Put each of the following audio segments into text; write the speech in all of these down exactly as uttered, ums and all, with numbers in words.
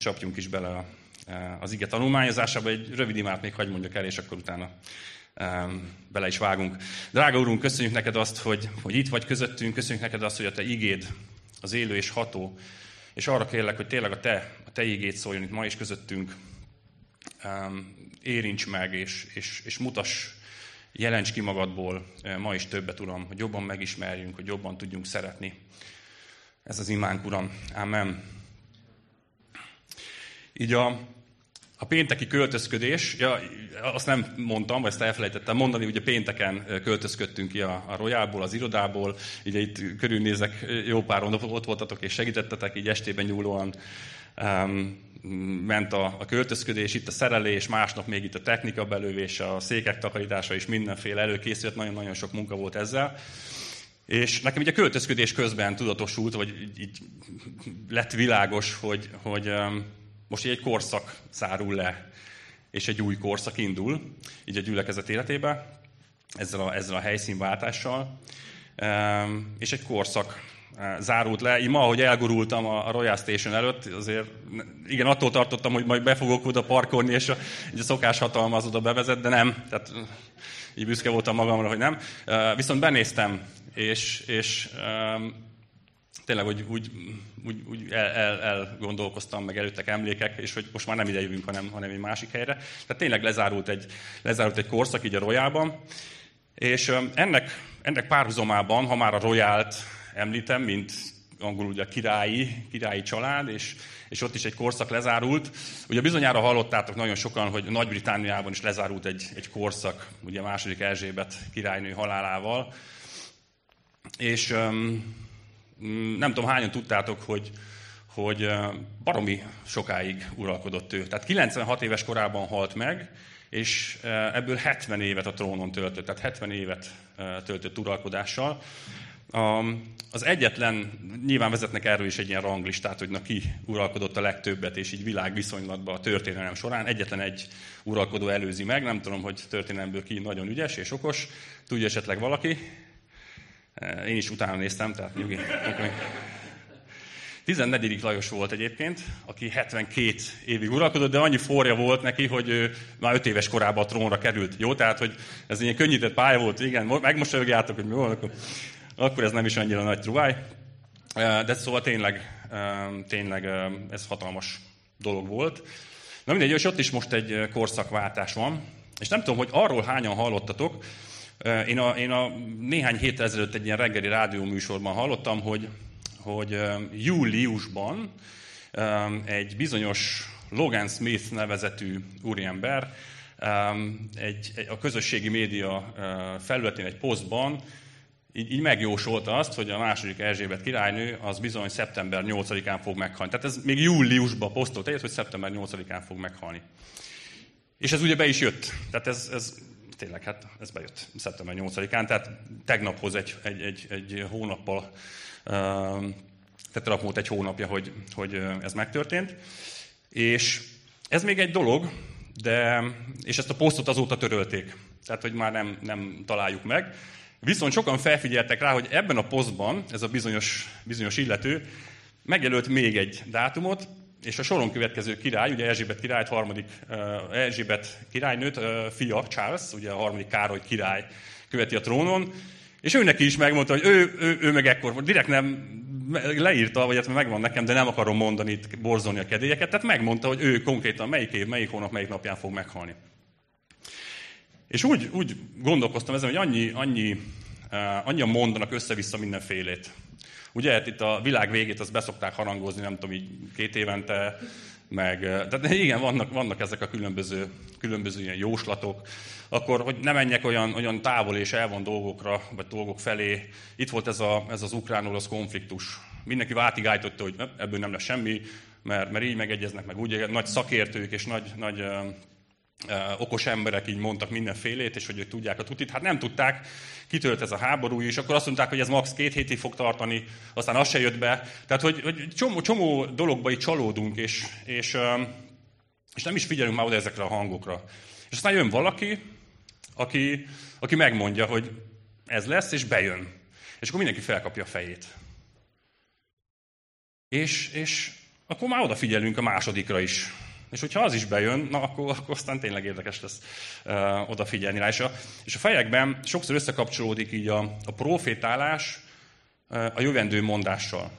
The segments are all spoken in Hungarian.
csapjunk is bele az ige tanulmányozásába. Egy rövid imát még hagy mondjak el, és akkor utána bele is vágunk. Drága Urunk, köszönjük neked azt, hogy, hogy itt vagy közöttünk, köszönjük neked azt, hogy a te igéd az élő és ható, és arra kérlek, hogy tényleg a te, a te igéd szóljon itt ma is közöttünk, érints meg, és, és, és mutass, jelents ki magadból ma is többet, Uram, hogy jobban megismerjünk, hogy jobban tudjunk szeretni. Ez az imánk, Uram. Amen. Így a, a pénteki költözködés, ja, azt nem mondtam, vagy ezt elfelejtettem mondani, ugye pénteken költözködtünk ki a, a Royalból, az irodából, ugye itt körülnézek, jó páron ott voltatok és segítettetek, így estében nyúlóan um, ment a, a költözködés, itt a szerelés, másnap még itt a technika belővése, a székek takarítása és mindenféle előkészület, nagyon-nagyon sok munka volt ezzel. És nekem így a költözködés közben tudatosult, vagy így, így lett világos, hogy, hogy um, most így egy korszak zárul le, és egy új korszak indul, így a gyülekezet életébe, ezzel a, ezzel a helyszínváltással, um, és egy korszak zárult le. Én ma, ahogy elgurultam a Royal Station előtt, azért igen, attól tartottam, hogy majd be fogok oda parkolni, és a, a szokás hatalma az oda bevezet, de nem. Tehát így büszke voltam magamra, hogy nem. Viszont benéztem, és, és um, tényleg úgy, úgy, úgy, úgy el, el, elgondolkoztam, meg előttek emlékek, és hogy most már nem ide jövünk, hanem, hanem egy másik helyre. Tehát tényleg lezárult egy, lezárult egy korszak így a Royalban, és um, ennek, ennek párhuzamában, ha már a Royalt említem, mint angolul ugye a királyi, királyi család, és, és ott is egy korszak lezárult. Ugye bizonyára hallottátok nagyon sokan, hogy Nagy-Britanniában is lezárult egy, egy korszak, ugye második Erzsébet királynő halálával. És um, nem tudom, hányan tudtátok, hogy, hogy baromi sokáig uralkodott ő. Tehát kilencvenhat éves korában halt meg, és ebből hetven évet a trónon töltött, tehát hetven évet töltött uralkodással. Az egyetlen, nyilván vezetnek erről is egy ilyen ranglistát, hogy na ki uralkodott a legtöbbet, és így világviszonylatban a történelem során egyetlen egy uralkodó előzi meg, nem tudom, hogy történelemből ki nagyon ügyes és okos, tudja esetleg valaki. Én is utána néztem, tehát nyugi. tizennegyedik Lajos volt egyébként, aki hetvenkét évig uralkodott, de annyi forja volt neki, hogy ő már öt éves korában a trónra került. Jó, tehát hogy ez egy könnyített pálya volt, igen, megmosolyogjátok, hogy mi volt, akkor, akkor ez nem is annyira nagy truváj. De szóval tényleg, tényleg ez hatalmas dolog volt. Na mindegy, és ott is most egy korszakváltás van, és nem tudom, hogy arról hányan hallottatok. Én a, én a néhány héttel ezelőtt egy ilyen reggeli rádióműsorban hallottam, hogy, hogy júliusban egy bizonyos Logan Smith nevezetű úriember egy, egy, a közösségi média felületén egy posztban így, így megjósolta azt, hogy a második Erzsébet királynő az bizony szeptember nyolcadikán fog meghalni. Tehát ez még júliusban posztolt egyet, hogy szeptember nyolcadikán fog meghalni. És ez ugye be is jött. Tehát ez... ez tényleg, hát ez bejött szeptember nyolcadikán, tehát tegnaphoz egy, egy, egy, egy hónappal, uh, tehát tegnap volt egy hónapja, hogy, hogy ez megtörtént. És ez még egy dolog, de, és ezt a posztot azóta törölték, tehát hogy már nem, nem találjuk meg. Viszont sokan felfigyeltek rá, hogy ebben a posztban ez a bizonyos, bizonyos illető megjelölt még egy dátumot, és a soron következő király, ugye Erzsébet királyt, harmadik uh, Erzsébet királynőt, uh, fia, Charles, ugye a harmadik Károly király követi a trónon, és ő neki is megmondta, hogy ő, ő, ő meg ekkor, direkt nem leírta, vagy hát megvan nekem, de nem akarom mondani itt, borzolni a kedélyeket, tehát megmondta, hogy ő konkrétan melyik év, melyik hónap, melyik napján fog meghalni. És úgy, úgy gondolkoztam ezen, hogy annyi, annyi, uh, annyian mondanak össze-vissza mindenfélét. Ugye, hát itt a világ végét azt beszokták harangozni, nem tudom, így két évente, meg, tehát igen, vannak, vannak ezek a különböző, különböző ilyen jóslatok. Akkor, hogy ne menjek olyan, olyan távol és elvon dolgokra, vagy dolgok felé. Itt volt ez, a, ez az ukrán-orosz konfliktus. Mindenki vátigájtotta, hogy ebből nem lesz semmi, mert, mert így megegyeznek, meg úgy, nagy szakértők és nagy, nagy ö, ö, okos emberek így mondtak mindenfélét, és hogy ők tudják a tutit. Hát nem tudták, kitölt ez a háború, és akkor azt mondták, hogy ez max. két hétig fog tartani, aztán az se jött be. Tehát, hogy, hogy csomó, csomó dologba így csalódunk, és, és, és nem is figyelünk már oda ezekre a hangokra. És aztán jön valaki, aki, aki megmondja, hogy ez lesz, és bejön. És akkor mindenki felkapja a fejét. És, és akkor már odafigyelünk a másodikra is. És hogyha az is bejön, na akkor, akkor aztán tényleg érdekes lesz uh, odafigyelni rá. És a, és a fejekben sokszor összekapcsolódik így a, a profétálás uh, a jövendő mondással.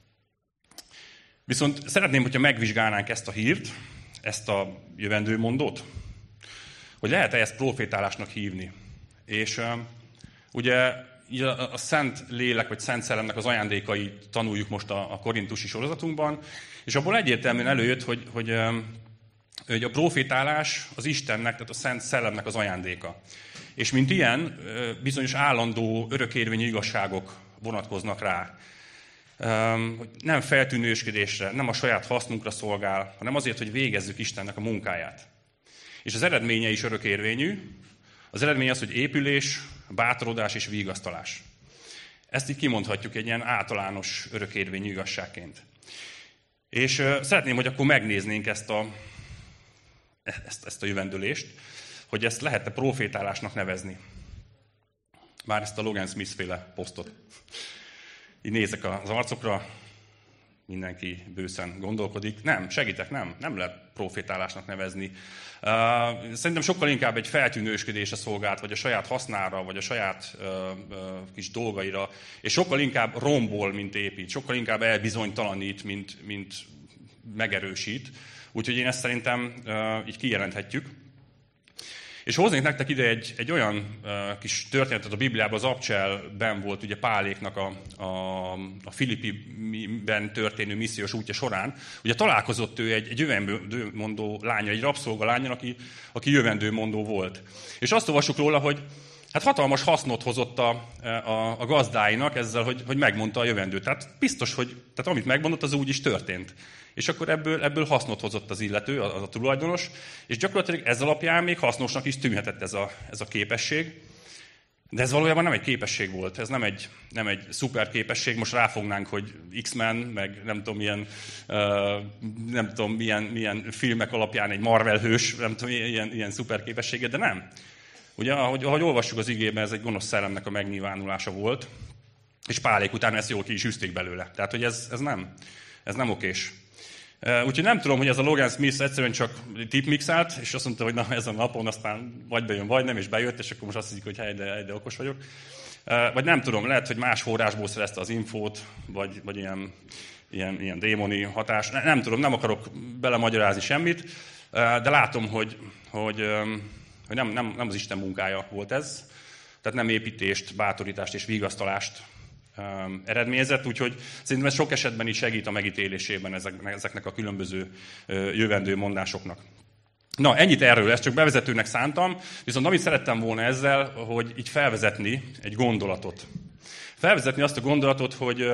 Viszont szeretném, hogyha megvizsgálnánk ezt a hírt, ezt a jövendőmondót, hogy lehet-e ezt profétálásnak hívni. És uh, ugye a, a Szent Lélek, vagy Szent Szellemnek az ajándékait tanuljuk most a, a korintusi sorozatunkban, és abból egyértelműen előjött, hogy, hogy, hogy a profétálás az Istennek, tehát a Szent Szellemnek az ajándéka. És mint ilyen, bizonyos állandó, örökérvényű igazságok vonatkoznak rá. Hogy nem feltűnősködésre, nem a saját hasznunkra szolgál, hanem azért, hogy végezzük Istennek a munkáját. És az eredménye is örökérvényű. Az eredmény az, hogy épülés, bátorodás és vigasztalás. Ezt így kimondhatjuk egy ilyen általános örökérvényű igazságként. És uh, szeretném, hogy akkor megnéznénk ezt a, ezt, ezt a jövendőlést, hogy ezt lehet-e profétálásnak nevezni. Már ezt a Logan Smith-féle posztot. Így nézek az arcokra, mindenki bőszen gondolkodik. Nem, segítek, nem, nem lehet profétálásnak nevezni. Uh, szerintem sokkal inkább egy feltűnősködésre szolgált, vagy a saját hasznára, vagy a saját uh, uh, kis dolgaira, és sokkal inkább rombol, mint épít, sokkal inkább elbizonytalanít, mint, mint megerősít. Úgyhogy én ezt szerintem uh, így kijelenthetjük. És hoznék nektek ide egy, egy olyan uh, kis történetet a Bibliában, az Abcselben volt ugye Páléknak a, a, a Filippiben történő missziós útja során. Ugye találkozott ő egy, egy jövendőmondó lányra, egy rabszolga lányon, aki, aki jövendőmondó volt. És azt olvassuk róla, hogy hát hatalmas hasznot hozott a, a, a gazdáinak ezzel, hogy, hogy megmondta a jövendőt. Tehát biztos, hogy tehát amit megmondott, az úgy is történt. És akkor ebből, ebből hasznot hozott az illető, az a tulajdonos, és gyakorlatilag ez alapján még hasznosnak is tűnhetett ez a, ez a képesség. De ez valójában nem egy képesség volt, ez nem egy, nem egy szuper képesség, most ráfognánk, hogy X-Men, meg nem tudom milyen, uh, nem tudom milyen, milyen filmek alapján egy Marvel hős, nem tudom, ilyen, ilyen szuper képessége, de nem. Ugye, ahogy, ahogy olvassuk az igében, ez egy gonosz szellemnek a megnyilvánulása volt, és Pálék utána ezt jól ki is üzték belőle. Tehát, hogy ez, ez nem, ez nem okés. Úgyhogy nem tudom, hogy ez a Logan Smith egyszerűen csak tipmixált, és azt mondta, hogy na, ezen a napon aztán vagy bejön, vagy nem, és bejött, és akkor most azt hiszik, hogy hely, de, hely, de okos vagyok. Vagy nem tudom, lehet, hogy más forrásból szerezte az infót, vagy, vagy ilyen, ilyen, ilyen démoni hatás. Nem tudom, nem akarok belemagyarázni semmit, de látom, hogy, hogy, hogy nem, nem, nem az Isten munkája volt ez. Tehát nem építést, bátorítást és vigasztalást eredményezett, úgyhogy szerintem ez sok esetben is segít a megítélésében ezeknek a különböző jövendő mondásoknak. Na, ennyit erről, ezt csak bevezetőnek szántam, viszont amit szerettem volna ezzel, hogy így felvezetni egy gondolatot. Felvezetni azt a gondolatot, hogy,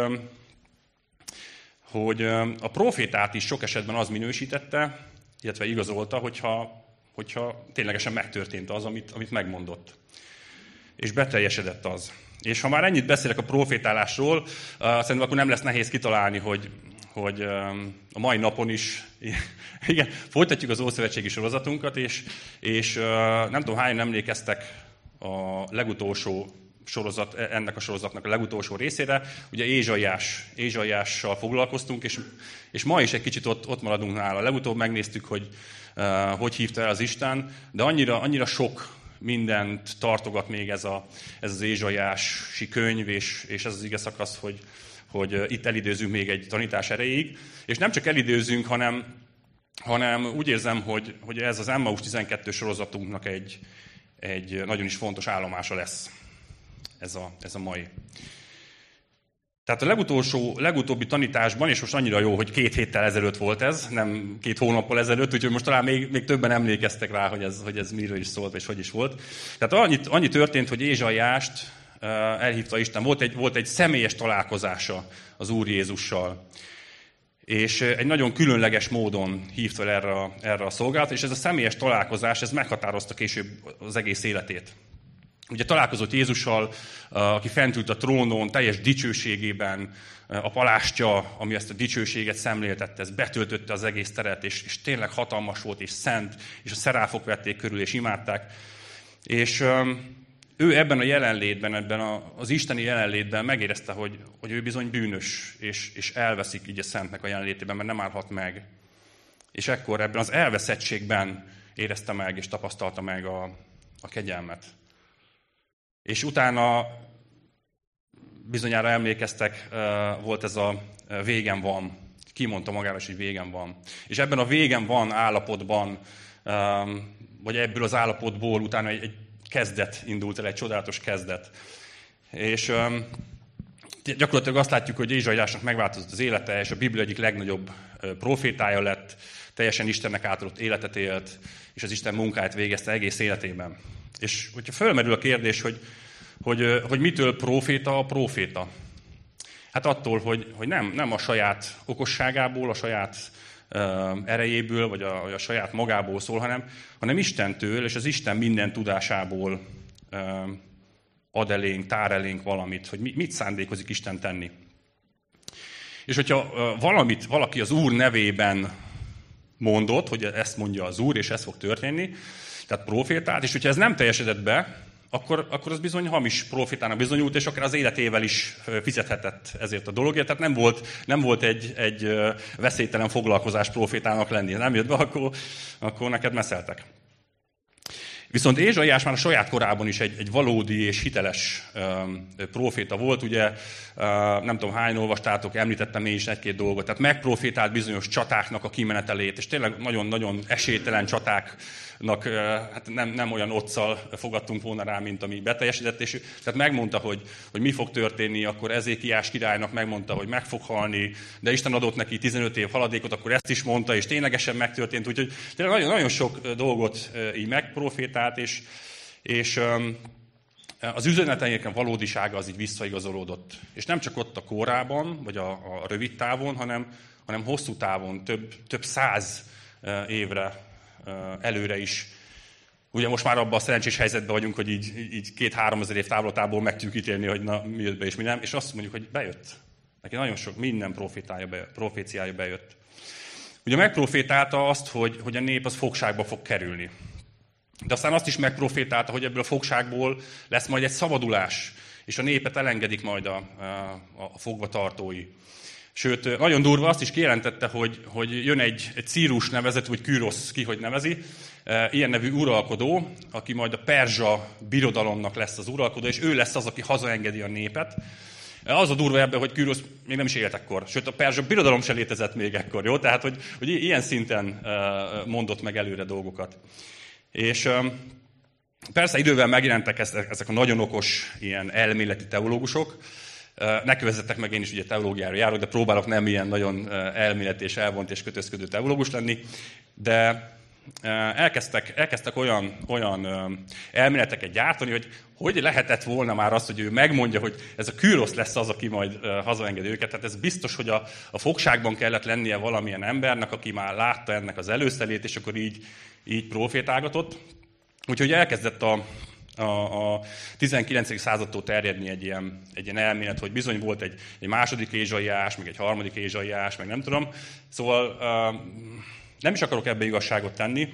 hogy a profétát is sok esetben az minősítette, illetve igazolta, hogyha, hogyha ténylegesen megtörtént az, amit, amit megmondott. És beteljesedett az. És ha már ennyit beszélek a profétálásról, uh, szerintem akkor nem lesz nehéz kitalálni, hogy, hogy um, a mai napon is igen, folytatjuk az ószövetségi sorozatunkat, és, és uh, nem tudom, hányan emlékeztek a legutolsó sorozat, ennek a sorozatnak a legutolsó részére. Ugye Ézsaiás, Ézsaiással foglalkoztunk, és, és ma is egy kicsit ott, ott maradunk nála. Legutóbb megnéztük, hogy uh, hogy hívta el az Isten, de annyira, annyira sok mindent tartogat még ez, a, ez az Ézsaiási könyv, és, és ez az ige szakasz, hogy, hogy itt elidőzünk még egy tanítás erejéig. És nem csak elidőzünk, hanem, hanem úgy érzem, hogy, hogy ez az Emmaus tizenkettő sorozatunknak egy, egy nagyon is fontos állomása lesz ez a, ez a mai. Tehát a legutolsó, legutóbbi tanításban, és most annyira jó, hogy két héttel ezelőtt volt ez, nem két hónappal ezelőtt, úgyhogy most talán még, még többen emlékeztek rá, hogy ez, hogy ez miről is szólt, és hogy is volt. Tehát annyi, annyi történt, hogy Ézsaiást uh, elhívta Isten. Volt egy, volt egy személyes találkozása az Úr Jézussal. És egy nagyon különleges módon hívta el erre a, erre a szolgálatot, és ez a személyes találkozás, ez meghatározta később az egész életét. Ugye találkozott Jézussal, aki fent ült a trónon, teljes dicsőségében, a palástja, ami ezt a dicsőséget szemléltette, ez betöltötte az egész teret, és, és tényleg hatalmas volt, és szent, és a szeráfok vették körül, és imádták. És ő ő ebben a jelenlétben, ebben a, az isteni jelenlétben megérezte, hogy, hogy ő bizony bűnös, és, és elveszik így a Szentnek a jelenlétében, mert nem állhat meg. És ekkor ebben az elveszettségben érezte meg, és tapasztalta meg a, a kegyelmet. És utána bizonyára emlékeztek, volt ez a végem van. Kimondta magára is, hogy végem van. És ebben a végem van állapotban, vagy ebből az állapotból utána egy, egy kezdet indult el, egy csodálatos kezdet. És gyakorlatilag azt látjuk, hogy Ézsaiásnak megváltozott az élete, és a Biblia egyik legnagyobb profétája lett, teljesen Istennek átadott életet élt, és az Isten munkáját végezte egész életében. És hogyha fölmerül a kérdés, hogy, hogy, hogy mitől proféta a proféta? Hát attól, hogy, hogy nem, nem a saját okosságából, a saját uh, erejéből, vagy a, vagy a saját magából szól, hanem, hanem Istentől, és az Isten minden tudásából uh, ad elénk, tár elénk valamit, hogy mit szándékozik Isten tenni. És hogyha uh, valamit valaki az Úr nevében mondott, hogy ezt mondja az Úr, és ez fog történni, tehát profétált, és hogyha ez nem teljesedett be, Akkor, akkor az bizony hamis profétának bizonyult, és akár az életével is fizethetett ezért a dologért. Tehát nem volt, nem volt egy, egy veszélytelen foglalkozás profétának lenni. Nem jött be, akkor, akkor neked messzeltek. Viszont Ézsaiás már a saját korában is egy, egy valódi és hiteles um, proféta volt. Ugye uh, nem tudom, hányan olvastátok, említettem én is egy-két dolgot. Tehát megprofétált bizonyos csatáknak a kimenetelét, és tényleg nagyon-nagyon esélytelen csatáknak uh, hát nem, nem olyan otccal fogadtunk volna rá, mint ami beteljesedett. És, tehát megmondta, hogy, hogy mi fog történni, akkor Ezékiás királynak megmondta, hogy meg fog halni, de Isten adott neki tizenöt év haladékot, akkor ezt is mondta, és ténylegesen megtörtént. Úgyhogy tényleg nagyon, nagyon sok dolgot uh, így megprofétált, és, és um, az üzeneteinek a valódisága az így visszaigazolódott. És nem csak ott a kórában, vagy a, a rövid távon, hanem, hanem hosszú távon, több, több száz uh, évre uh, előre is. Ugye most már abban a szerencsés helyzetben vagyunk, hogy így, így két-három ezer év távlatából meg tudjuk ítélni, hogy na, mi jött be és mi nem, és azt mondjuk, hogy bejött. Neki nagyon sok, minden profétája bejött, proféciája bejött. Ugye megprofétálta azt, hogy, hogy a nép az fogságba fog kerülni. De aztán azt is megprofétálta, hogy ebből a fogságból lesz majd egy szabadulás, és a népet elengedik majd a, a, a fogvatartói. Sőt, nagyon durva azt is kijelentette, hogy, hogy jön egy, egy Círus nevezetű, vagy Kürosz, ki hogy nevezi, ilyen nevű uralkodó, aki majd a perzsa birodalomnak lesz az uralkodó, és ő lesz az, aki hazaengedi a népet. Az a durva ebben, hogy Kürosz még nem is élt ekkor. Sőt, a perzsa birodalom se létezett még ekkor, jó? Tehát, hogy, hogy ilyen szinten mondott meg előre dolgokat. És persze idővel megjelentek ezek a nagyon okos ilyen elméleti teológusok. Ne kövezzetek meg, én is ugye teológiára járok, de próbálok nem ilyen nagyon elméleti és elvont és kötözködő teológus lenni. De elkezdtek, elkezdtek olyan, olyan elméleteket gyártani, hogy hogy lehetett volna már az, hogy ő megmondja, hogy ez a Kürosz lesz az, aki majd hazaengedi őket. Tehát ez biztos, hogy a, a fogságban kellett lennie valamilyen embernek, aki már látta ennek az előszelét, és akkor így, így profétálgatott. Úgyhogy elkezdett a, a, a tizenkilencedik századtól terjedni egy ilyen, egy ilyen elmélet, hogy bizony volt egy, egy második Ézsaiás, meg egy harmadik Ézsaiás, meg nem tudom. Szóval nem is akarok ebbe igazságot tenni.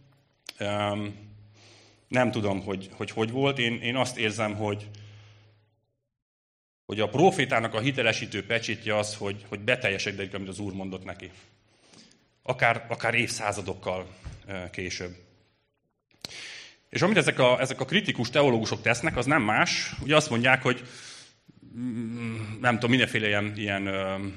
Nem tudom, hogy hogy, hogy volt. Én, én azt érzem, hogy, hogy a profétának a hitelesítő pecsétje az, hogy, hogy beteljesedik, amit az Úr mondott neki. Akár, akár évszázadokkal később. És amit ezek a, ezek a kritikus teológusok tesznek, az nem más. Ugye azt mondják, hogy nem tudom, mindenféle ilyen, ilyen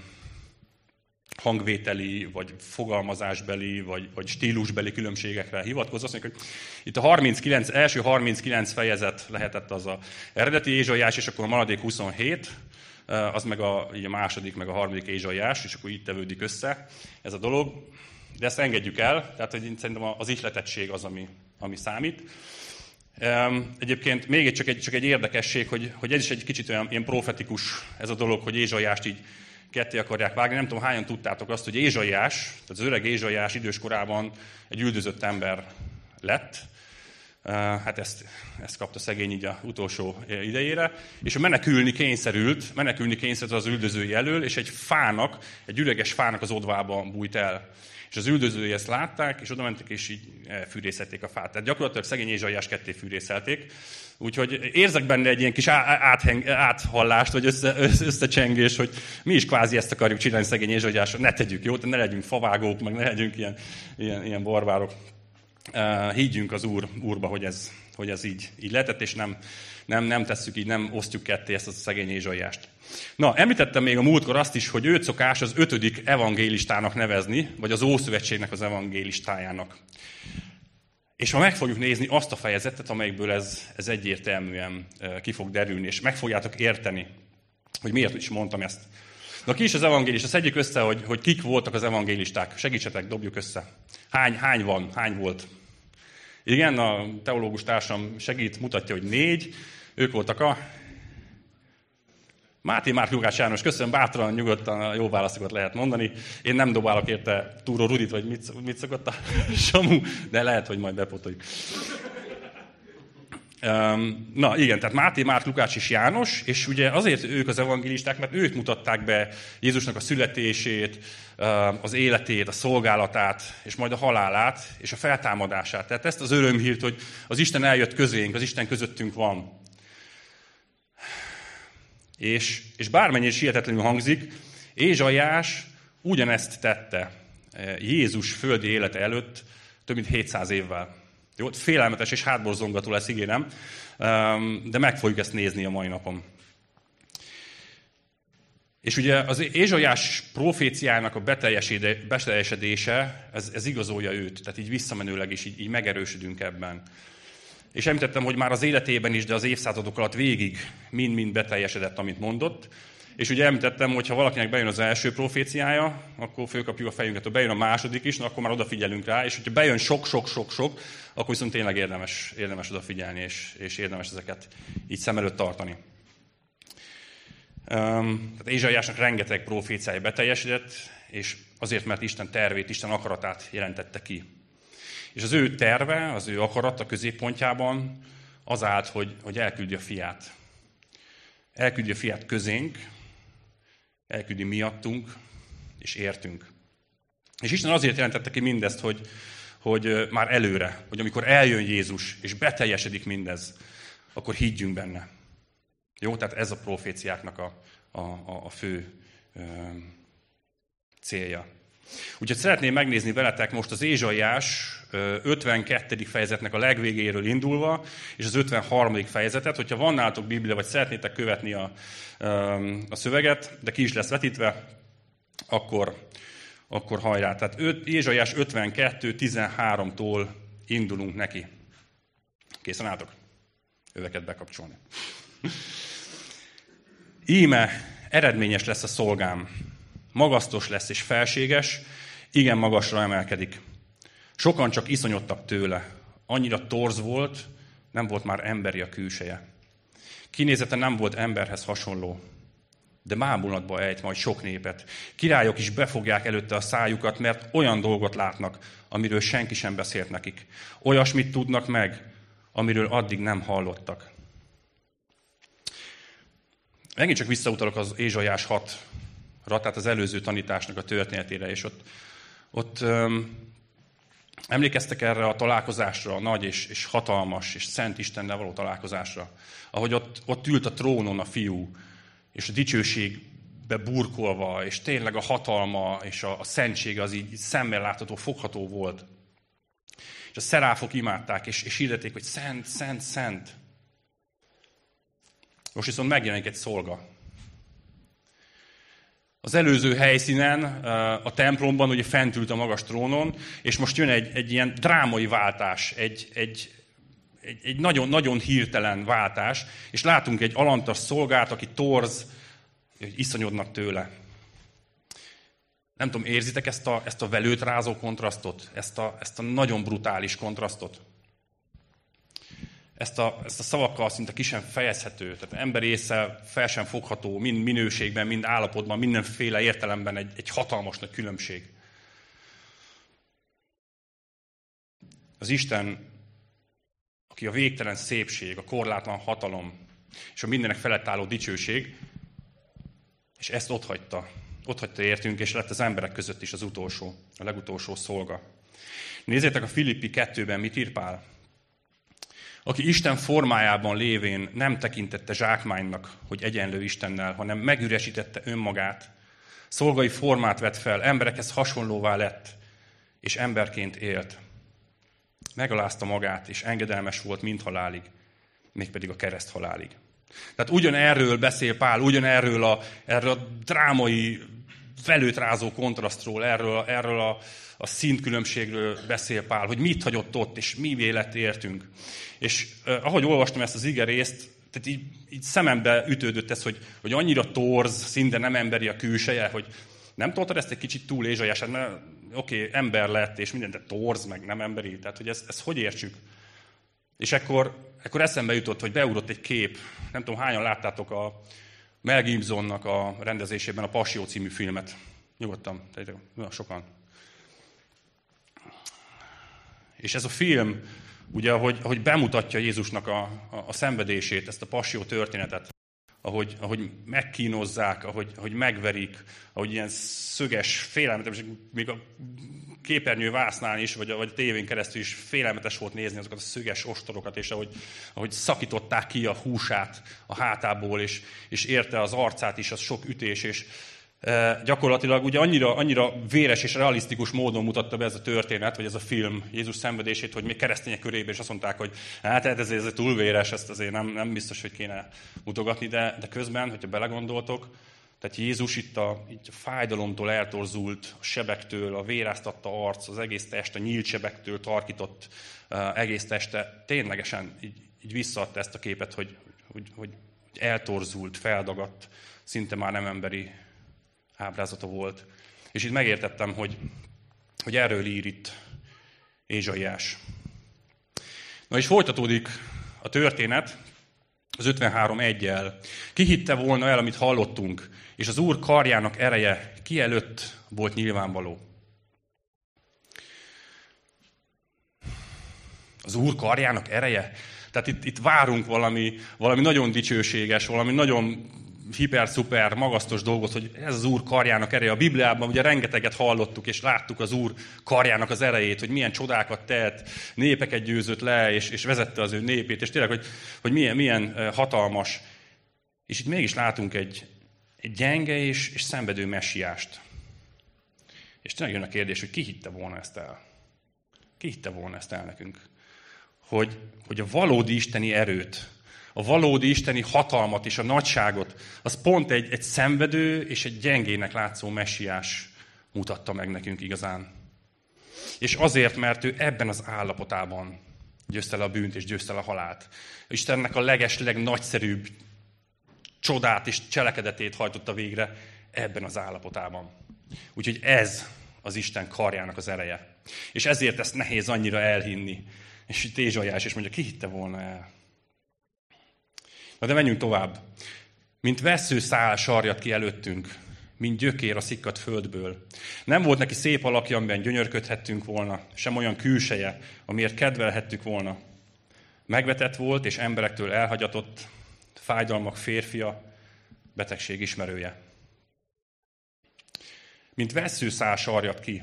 hangvételi, vagy fogalmazásbeli, vagy, vagy stílusbeli különbségekre hivatkozva. Azt mondjuk, hogy itt a harminckilenc, első harminckilenc fejezet lehetett az a eredeti Ézsaiás, és akkor a maradék huszonhét, az meg a, így a második, meg a harmadik Ézsaiás, és akkor így tevődik össze ez a dolog. De ezt engedjük el, tehát hogy szerintem az ihletettség az, ami, ami számít. Egyébként még csak egy, csak egy érdekesség, hogy, hogy ez is egy kicsit olyan ilyen profetikus ez a dolog, hogy Ézsaiást így ketté akarják vágni. Nem tudom, hányan tudtátok azt, hogy Ézsaiás, tehát az öreg Ézsaiás idős korában egy üldözött ember lett. Hát ezt, ezt kapta szegény így az utolsó idejére. És ő menekülni kényszerült, menekülni kényszerült az üldözői elől, és egy fának, egy üreges fának az odvába bújt el. És az üldözői ezt látták, és oda mentek, és így fűrészelték a fát. Tehát gyakorlatilag szegény Ézsaiás ketté fűrészelték. Úgyhogy érzek benne egy ilyen kis átheng, áthallást, vagy össze, összecsengés, hogy mi is kvázi ezt akarjuk csinálni szegény Ézsaiásra. Ne tegyük, jó? Ne legyünk favágók, meg ne legyünk ilyen, ilyen, ilyen barbárok. Uh, higgyünk az Úr, Úrba, hogy ez, hogy ez így, így lehetett, és nem, nem, nem tesszük így, nem osztjuk ketté ezt a szegény Ézsaiást. Na, említettem még a múltkor azt is, hogy őt szokás az ötödik evangélistának nevezni, vagy az Ószövetségnek az evangélistájának. És ha meg fogjuk nézni azt a fejezetet, amelyikből ez, ez egyértelműen ki fog derülni, és meg fogjátok érteni, hogy miért is mondtam ezt. Na, ki is az evangélista? Szedjük össze, hogy, hogy kik voltak az evangélisták. Segítsetek, dobjuk össze. Hány, hány van? Hány volt? Igen, a teológus társam segít, mutatja, hogy négy. Ők voltak a... Máté, Márk, Lukács, János. Köszönöm, bátran, nyugodtan jó válaszokat lehet mondani. Én nem dobálok érte Túró Rudit, vagy mit, mit szokott a Samu, de lehet, hogy majd bepotoljuk. Na igen, tehát Máté, Márk, Lukács és János, és ugye azért ők az evangélisták, mert ők mutatták be Jézusnak a születését, az életét, a szolgálatát, és majd a halálát, és a feltámadását. Tehát ezt az örömhírt, hogy az Isten eljött közénk, az Isten közöttünk van. És, és bármennyire hihetetlenül hangzik, Ézsaiás ugyanezt tette Jézus földi élete előtt több mint hétszáz évvel. Jó, félelmetes és hátborzongató lesz, ígérem, de meg fogjuk ezt nézni a mai napon. És ugye az Ézsaiás proféciának a beteljesedése, ez, ez igazolja őt, tehát így visszamenőleg is így, így megerősödünk ebben. És említettem, hogy már az életében is, de az évszázadok alatt végig mind-mind beteljesedett, amit mondott. És ugye említettem, hogy ha valakinek bejön az első proféciája, akkor fölkapjuk a fejünket, ha bejön a második is, na, akkor már odafigyelünk rá, és hogyha bejön sok-sok-sok-sok, akkor viszont tényleg érdemes, érdemes odafigyelni, és, és érdemes ezeket így szem előtt tartani. Um, tehát Ézsaiásnak rengeteg proféciája beteljesedett, és azért, mert Isten tervét, Isten akaratát jelentette ki. És az ő terve, az ő akarata középpontjában az állt, hogy, hogy elküldi a fiát. Elküldi a fiát közénk, elküldi miattunk, és értünk. És Isten azért jelentette ki mindezt, hogy, hogy már előre, hogy amikor eljön Jézus, és beteljesedik mindez, akkor higgyünk benne. Jó, tehát ez a proféciáknak a, a, a fő ö, célja. Úgyhogy szeretném megnézni veletek most az Ézsaiás ötvenkettedik fejezetnek a legvégéről indulva, és az ötvenharmadik fejezetet. Hogyha van nálatok Biblia, vagy szeretnétek követni a, a szöveget, de ki is lesz vetítve, akkor, akkor hajrá. Tehát Ézsaiás ötvenkettő tizenháromtól indulunk neki. Készen álltok? Öveket bekapcsolni. Íme eredményes lesz a szolgám, magasztos lesz és felséges, igen magasra emelkedik. Sokan csak iszonyodtak tőle. Annyira torz volt, nem volt már emberi a külseje. Kinézete nem volt emberhez hasonló, de mámulatba ejt majd sok népet. Királyok is befogják előtte a szájukat, mert olyan dolgot látnak, amiről senki sem beszélt nekik. Olyasmit tudnak meg, amiről addig nem hallottak. Megint csak visszautalok az Ézsaiás hatra, tehát az előző tanításnak a történetére, és ott, ott öm, emlékeztek erre a találkozásra, a nagy és, és hatalmas és szent Istennel való találkozásra, ahogy ott, ott ült a trónon a fiú, és a dicsőségbe burkolva, és tényleg a hatalma és a, a szentsége az így szemmel látható, fogható volt. És a szeráfok imádták, és, és hirdették, hogy szent, szent, szent. Most viszont megjelenik egy szolga. Az előző helyszínen, a templomban ugye fent ült a magas trónon, és most jön egy, egy ilyen drámai váltás, egy, egy, egy, egy nagyon, nagyon hirtelen váltás, és látunk egy alantas szolgát, aki torz, hogy iszonyodnak tőle. Nem tudom, érzitek ezt a, ezt a velőt rázó kontrasztot? Ezt a, ezt a nagyon brutális kontrasztot? Ezt a, ezt a szavakkal szinte ki sem fejezhető, tehát emberi észre fel sem fogható, mind minőségben, mind állapotban, mindenféle értelemben egy, egy hatalmas nagy különbség. Az Isten, aki a végtelen szépség, a korlátlan hatalom, és a mindenek felett álló dicsőség, és ezt otthagyta. ott hagyta értünk, és lett az emberek között is az utolsó, a legutolsó szolga. Nézzétek a Filippi kettőben mit ír Pál. Aki Isten formájában lévén nem tekintette zsákmánynak, hogy egyenlő Istennel, hanem megüresítette önmagát, szolgai formát vett fel, emberekhez hasonlóvá lett, és emberként élt. Megalázta magát, és engedelmes volt mindhalálig, mégpedig a kereszthalálig. Tehát ugyanerről beszél Pál, ugyanerről a, erről a drámai, felőtrázó kontrasztról, erről, erről a, a szintkülönbségről beszél Pál, hogy mit hagyott ott, és mi lett értünk. És eh, ahogy olvastam ezt az ige részt, tehát így, így szemembe ütődött ez, hogy, hogy annyira torz, szinte nem emberi a külseje, hogy nem tudtad ezt egy kicsit túl ézsaiás, mert oké, okay, ember lett, és minden, de torz, meg nem emberi, tehát hogy ezt, ezt hogy értsük? És ekkor, ekkor eszembe jutott, hogy beugrott egy kép, nem tudom, hányan láttátok a Mel Gibsonnak a rendezésében a Passió című filmet. Nyugodtan, tegyétek, sokan. És ez a film, ugye, ahogy, ahogy bemutatja Jézusnak a, a, a szenvedését, ezt a passió történetet, ahogy, ahogy megkínozzák, ahogy, ahogy megverik, ahogy ilyen szöges, félelmetes, még a képernyő vásznál is, vagy a, vagy a tévén keresztül is félelmetes volt nézni azokat a szöges ostorokat, és ahogy, ahogy szakították ki a húsát a hátából, és, és érte az arcát is, az sok ütés, és e, gyakorlatilag ugye annyira, annyira véres és realisztikus módon mutatta be ez a történet, vagy ez a film Jézus szenvedését, hogy még keresztények körében is azt mondták, hogy hát ez, ez túl véres, ezt azért nem, nem biztos, hogy kéne mutogatni, de, de közben, hogyha belegondoltok, tehát Jézus itt a, itt a fájdalomtól eltorzult, a sebektől, a véráztatta arc, az egész test, a nyílt sebektől tarkított uh, egész teste, ténylegesen így, így visszaadta ezt a képet, hogy, hogy, hogy eltorzult, feldagadt, szinte már nem emberi ábrázata volt. És itt megértettem, hogy, hogy erről ír itt Ézsaiás. Na és folytatódik a történet az ötvenhárom egyel. Ki hitte volna el, amit hallottunk, és az Úr karjának ereje ki előtt volt nyilvánvaló. Az Úr karjának ereje? Tehát itt, itt várunk valami, valami nagyon dicsőséges, valami nagyon hiper-szuper, magasztos dolgot, hogy ez az Úr karjának ereje. A Bibliában ugye rengeteget hallottuk, és láttuk az Úr karjának az erejét, hogy milyen csodákat tett, népeket győzött le, és, és vezette az ő népét, és tényleg, hogy, hogy milyen, milyen hatalmas. És itt mégis látunk egy, egy gyenge és, és szenvedő messiást. És tényleg jön a kérdés, hogy ki hitte volna ezt el? Ki hitte volna ezt el nekünk? Hogy, hogy a valódi isteni erőt, a valódi isteni hatalmat és a nagyságot, az pont egy, egy szenvedő és egy gyengének látszó messiás mutatta meg nekünk igazán. És azért, mert ő ebben az állapotában győzte le a bűnt és győzte le a halált. Istennek a legesleg nagyszerűbb csodát és cselekedetét hajtotta végre ebben az állapotában. Úgyhogy ez az Isten karjának az ereje. És ezért ezt nehéz annyira elhinni. És itt Ézsaiás is mondja, ki hitte volna el? Na de menjünk tovább. Mint vessző szál sarjat ki előttünk, mint gyökér a szikkadt földből. Nem volt neki szép alakja, amiben gyönyörködhettünk volna, sem olyan külseje, amiért kedvelhettük volna. Megvetett volt, és emberektől elhagyatott, fájdalmak férfia, betegség ismerője. Mint vessző szál sarjat ki.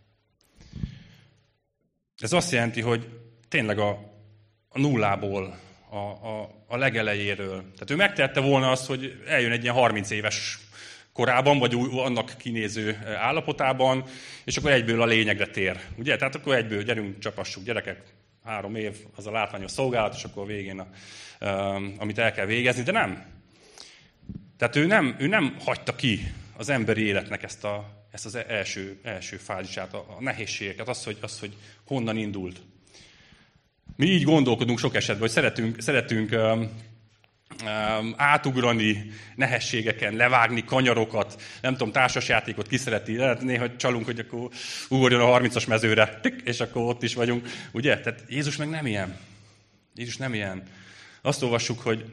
Ez azt jelenti, hogy tényleg a, a nullából, a, a, a legelejéről. Tehát ő megtette volna azt, hogy eljön egy ilyen harminc éves korában, vagy annak kinéző állapotában, és akkor egyből a lényegre tér. Ugye? Tehát akkor egyből gyerünk, csapassuk, gyerekek, három év, az a látványos szolgálat, és akkor a végén, a, amit el kell végezni, de nem. Tehát ő nem, ő nem hagyta ki az emberi életnek ezt, a, ezt az első, első fázisát, a, a nehézségeket, azt hogy, azt, hogy honnan indult. Mi így gondolkodunk sok esetben, hogy szeretünk, szeretünk um, um, átugrani nehézségeken, levágni kanyarokat, nem tudom, társasjátékot ki szereti, néha csalunk, hogy akkor ugorjon a harmincas mezőre, és akkor ott is vagyunk. Ugye? Tehát Jézus meg nem ilyen. Jézus nem ilyen. Azt olvassuk, hogy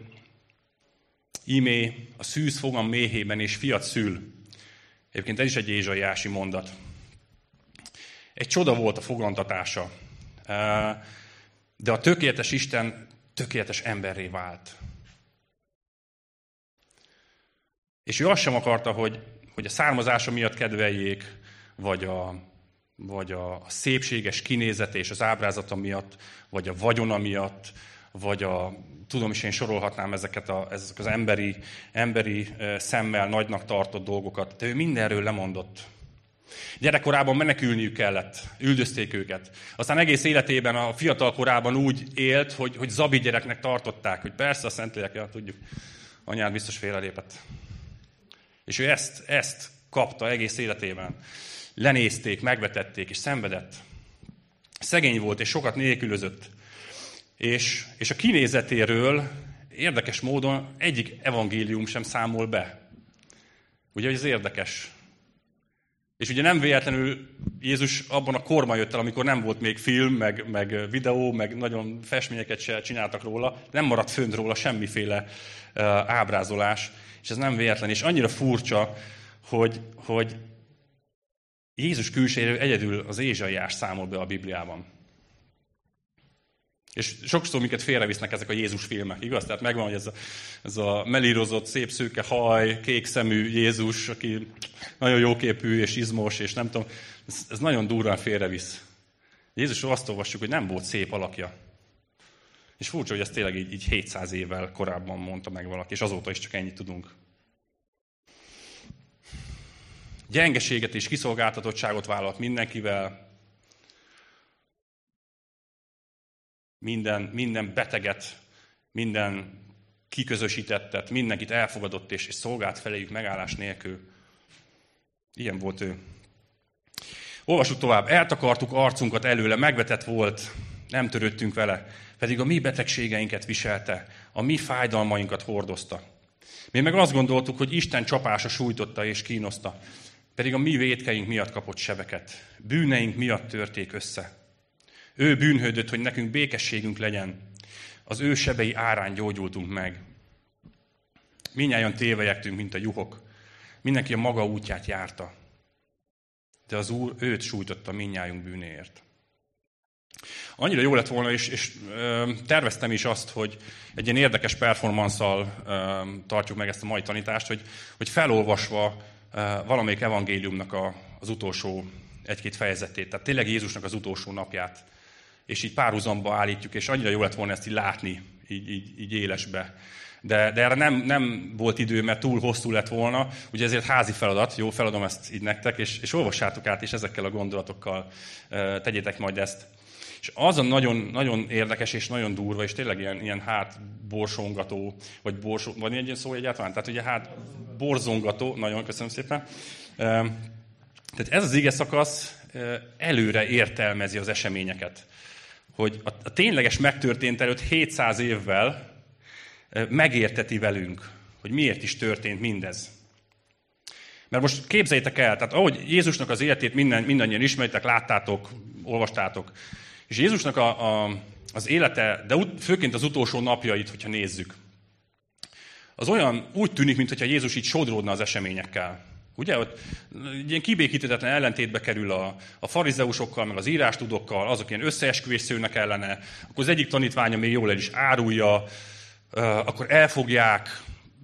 ímé a szűz fogam méhében és fiat szül. Egyébként ez is egy ézsaiási mondat. Egy csoda volt a fogantatása. De a tökéletes Isten tökéletes emberré vált. És ő azt sem akarta, hogy, hogy a származása miatt kedveljék, vagy a, vagy a szépséges kinézete és az ábrázata miatt, vagy a vagyona miatt, vagy a, tudom is én sorolhatnám ezeket a, ezek az emberi, emberi szemmel nagynak tartott dolgokat, de ő mindenről lemondott. Gyerekkorában menekülniük kellett, üldözték őket. Aztán egész életében, a fiatal korában úgy élt, hogy, hogy zabi gyereknek tartották, hogy persze a Szentlélek, ja, tudjuk, anyád biztos félrelépett. És ő ezt, ezt kapta egész életében. Lenézték, megvetették és szenvedett. Szegény volt és sokat nélkülözött. És, és a kinézetéről érdekes módon egyik evangélium sem számol be. Ugye, hogy ez érdekes. És ugye nem véletlenül Jézus abban a korban jött el, amikor nem volt még film, meg, meg videó, meg nagyon festményeket se csináltak róla, nem maradt fönt róla semmiféle uh, ábrázolás, és ez nem véletlen. És annyira furcsa, hogy, hogy Jézus külsejéről egyedül az Ézsaiás számol be a Bibliában. És sokszor minket félrevisznek ezek a Jézus filmek, igaz? Tehát megvan, hogy ez a, ez a melírozott, szép szőke haj, kék szemű Jézus, aki nagyon jóképű és izmos, és nem tudom, ez, ez nagyon durván félrevisz. Jézusról azt olvassuk, hogy nem volt szép alakja. És furcsa, hogy ezt tényleg így, így hétszáz évvel korábban mondta meg valaki, és azóta is csak ennyit tudunk. Gyengeséget és kiszolgáltatottságot vállalt mindenkivel, Minden, minden beteget, minden kiközösítettet, mindenkit elfogadott és, és szolgált feléjük megállás nélkül. Ilyen volt ő. Olvassuk tovább. Eltakartuk arcunkat előle, megvetett volt, nem törődtünk vele, pedig a mi betegségeinket viselte, a mi fájdalmainkat hordozta. Mi meg azt gondoltuk, hogy Isten csapása sújtotta és kínoszta, pedig a mi vétkeink miatt kapott sebeket, bűneink miatt törték össze. Ő bűnhődött, hogy nekünk békességünk legyen. Az ő sebei árán gyógyultunk meg. Mindnyájan tévejektünk, mint a juhok. Mindenki a maga útját járta. De az Úr őt sújtotta mindnyájunk bűnéért. Annyira jó lett volna, és, és ö, terveztem is azt, hogy egy ilyen érdekes performanszal ö, tartjuk meg ezt a mai tanítást, hogy, hogy felolvasva ö, valamelyik evangéliumnak a, az utolsó egy-két fejezetét, tehát tényleg Jézusnak az utolsó napját, és így párhuzamba állítjuk, és annyira jó lett volna ezt így látni, így, így, így élesbe. De, de erre nem, nem volt idő, mert túl hosszú lett volna, ugye ezért házi feladat, jó, feladom ezt így nektek, és, és olvassátok át, és ezekkel a gondolatokkal uh, tegyétek majd ezt. És az a nagyon, nagyon érdekes, és nagyon durva, és tényleg ilyen, ilyen hát borsongató, vagy borsó, van egy ilyen szó egyáltalán? Tehát ugye hát borzongató, nagyon köszönöm szépen. Uh, tehát ez az ige szakasz uh, előre értelmezi az eseményeket. Hogy a, a tényleges megtörtént előtt hétszáz évvel megérteti velünk, hogy miért is történt mindez. Mert most képzeljétek el, tehát ahogy Jézusnak az életét minden, mindannyian ismeritek, láttátok, olvastátok, és Jézusnak a, a, az élete, de ut, főként az utolsó napjait, hogyha nézzük, az olyan úgy tűnik, mintha Jézus így sodródna az eseményekkel. Ugye, hogy ilyen kibékíthetetlen ellentétbe kerül a, a farizeusokkal, meg az írástudókkal, azok ilyen összeesküvés szőnek ellene, akkor az egyik tanítványa még jól el is árulja, akkor elfogják,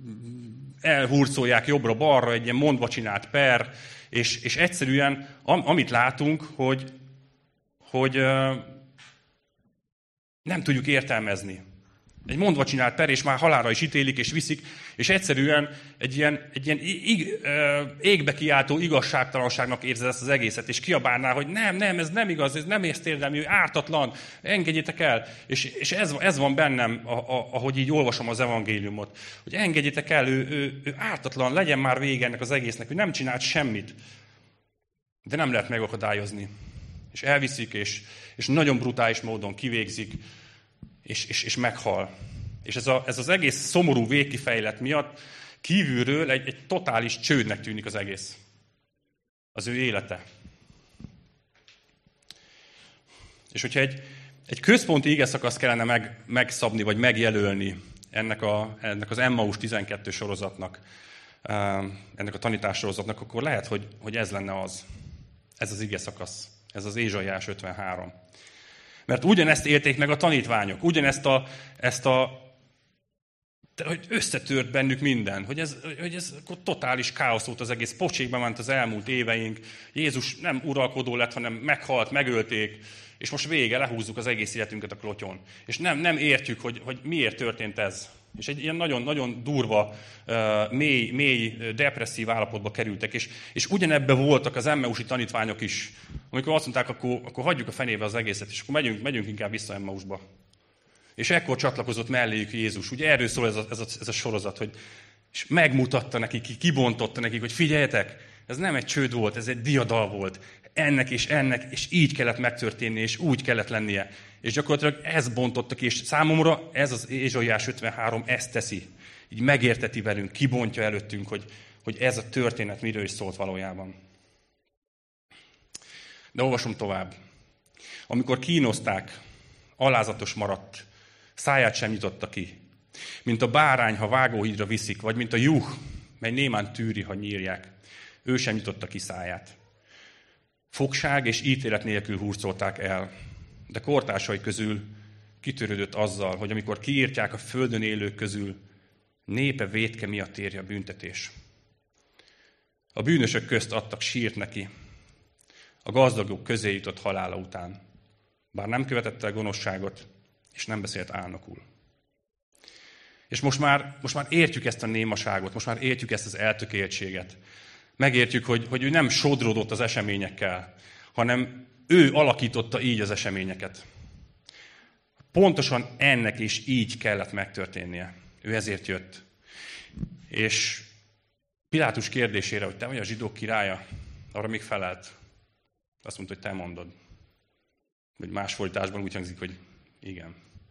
elhurcolják jobbra-balra, egy ilyen mondva csinált per, és, és egyszerűen am, amit látunk, hogy, hogy nem tudjuk értelmezni. Egy mondva csinált per, és már halálra is ítélik, és viszik, és egyszerűen egy ilyen, egy ilyen ig, égbe kiáltó igazságtalanságnak érzed ezt az egészet, és kiabálná, hogy nem, nem, ez nem igaz, ez nem észtérdemű, ártatlan, engedjétek el. És, és ez, ez van bennem, a, a, ahogy így olvasom az evangéliumot, hogy engedjétek el, ő, ő, ő ártatlan, legyen már vége ennek az egésznek, ő nem csinált semmit. De nem lehet megakadályozni. És elviszik, és, és nagyon brutális módon kivégzik, És, és, és meghal. És ez, a, ez az egész szomorú végkifejlet miatt kívülről egy, egy totális csődnek tűnik az egész. Az ő élete. És hogyha egy, egy központi igeszakaszt kellene meg, megszabni, vagy megjelölni ennek, a, ennek az Emmaus tizenkettő sorozatnak, ennek a tanítás sorozatnak, akkor lehet, hogy, hogy ez lenne az. Ez az igeszakasz. Ez az Ézsaiás ötvenhárom. Mert ugyanezt élték meg a tanítványok, ugyanezt a, ezt a hogy összetört bennük minden, hogy ez, hogy ez totális káosz volt az egész, pocsékba ment az elmúlt éveink, Jézus nem uralkodó lett, hanem meghalt, megölték, és most vége, lehúzzuk az egész életünket a klotyon. És nem, nem értjük, hogy, hogy miért történt ez. És egy ilyen nagyon-nagyon durva, mély, mély, depresszív állapotba kerültek. És, és ugyanebbe voltak az emmausi tanítványok is, amikor azt mondták, akkor, akkor hagyjuk a fenébe az egészet, és akkor megyünk, megyünk inkább vissza Emmausba. És ekkor csatlakozott melléjük Jézus. Ugye erről szól ez a, ez a, ez a sorozat, hogy és megmutatta nekik, kibontotta nekik, hogy figyeljetek, ez nem egy csőd volt, ez egy diadal volt. Ennek és ennek, és így kellett megtörténni, és úgy kellett lennie. És gyakorlatilag ez bontotta ki, és számomra ez az Ézsaiás ötvenhárom ezt teszi. Így megérteti velünk, kibontja előttünk, hogy, hogy ez a történet miről is szólt valójában. De olvasom tovább. Amikor kínozták, alázatos maradt, száját sem nyitotta ki. Mint a bárány, ha vágóhídra viszik, vagy mint a juh, mely némán tűri, ha nyírják. Ő sem nyitotta ki száját. Fogság és ítélet nélkül hurcolták el, de kortársai közül kitörődött azzal, hogy amikor kiírtják a földön élők közül, népe vétke miatt érje a büntetés. A bűnösök közt adtak sírt neki, a gazdagok közé jutott halála után, bár nem követett el gonoszságot, és nem beszélt álnokul. És most már, most már értjük ezt a némaságot, most már értjük ezt az eltökéltséget. Megértjük, hogy, hogy ő nem sodródott az eseményekkel, hanem ő alakította így az eseményeket. Pontosan ennek is így kellett megtörténnie. Ő ezért jött. És Pilátus kérdésére, hogy te vagy a zsidók királya, arra még felelt. Azt mondta, hogy te mondod. Vagy más fordításban úgy hangzik, hogy igen.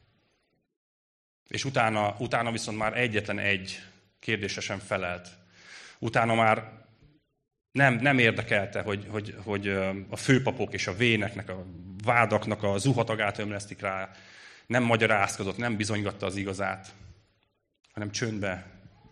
És utána, utána viszont már egyetlen egy kérdésre sem felelt. Utána már nem, nem érdekelte, hogy, hogy, hogy a főpapok és a véneknek, a vádaknak a zuhatagát ömlesztik rá. Nem magyarázkodott, nem bizonygatta az igazát, hanem csöndbe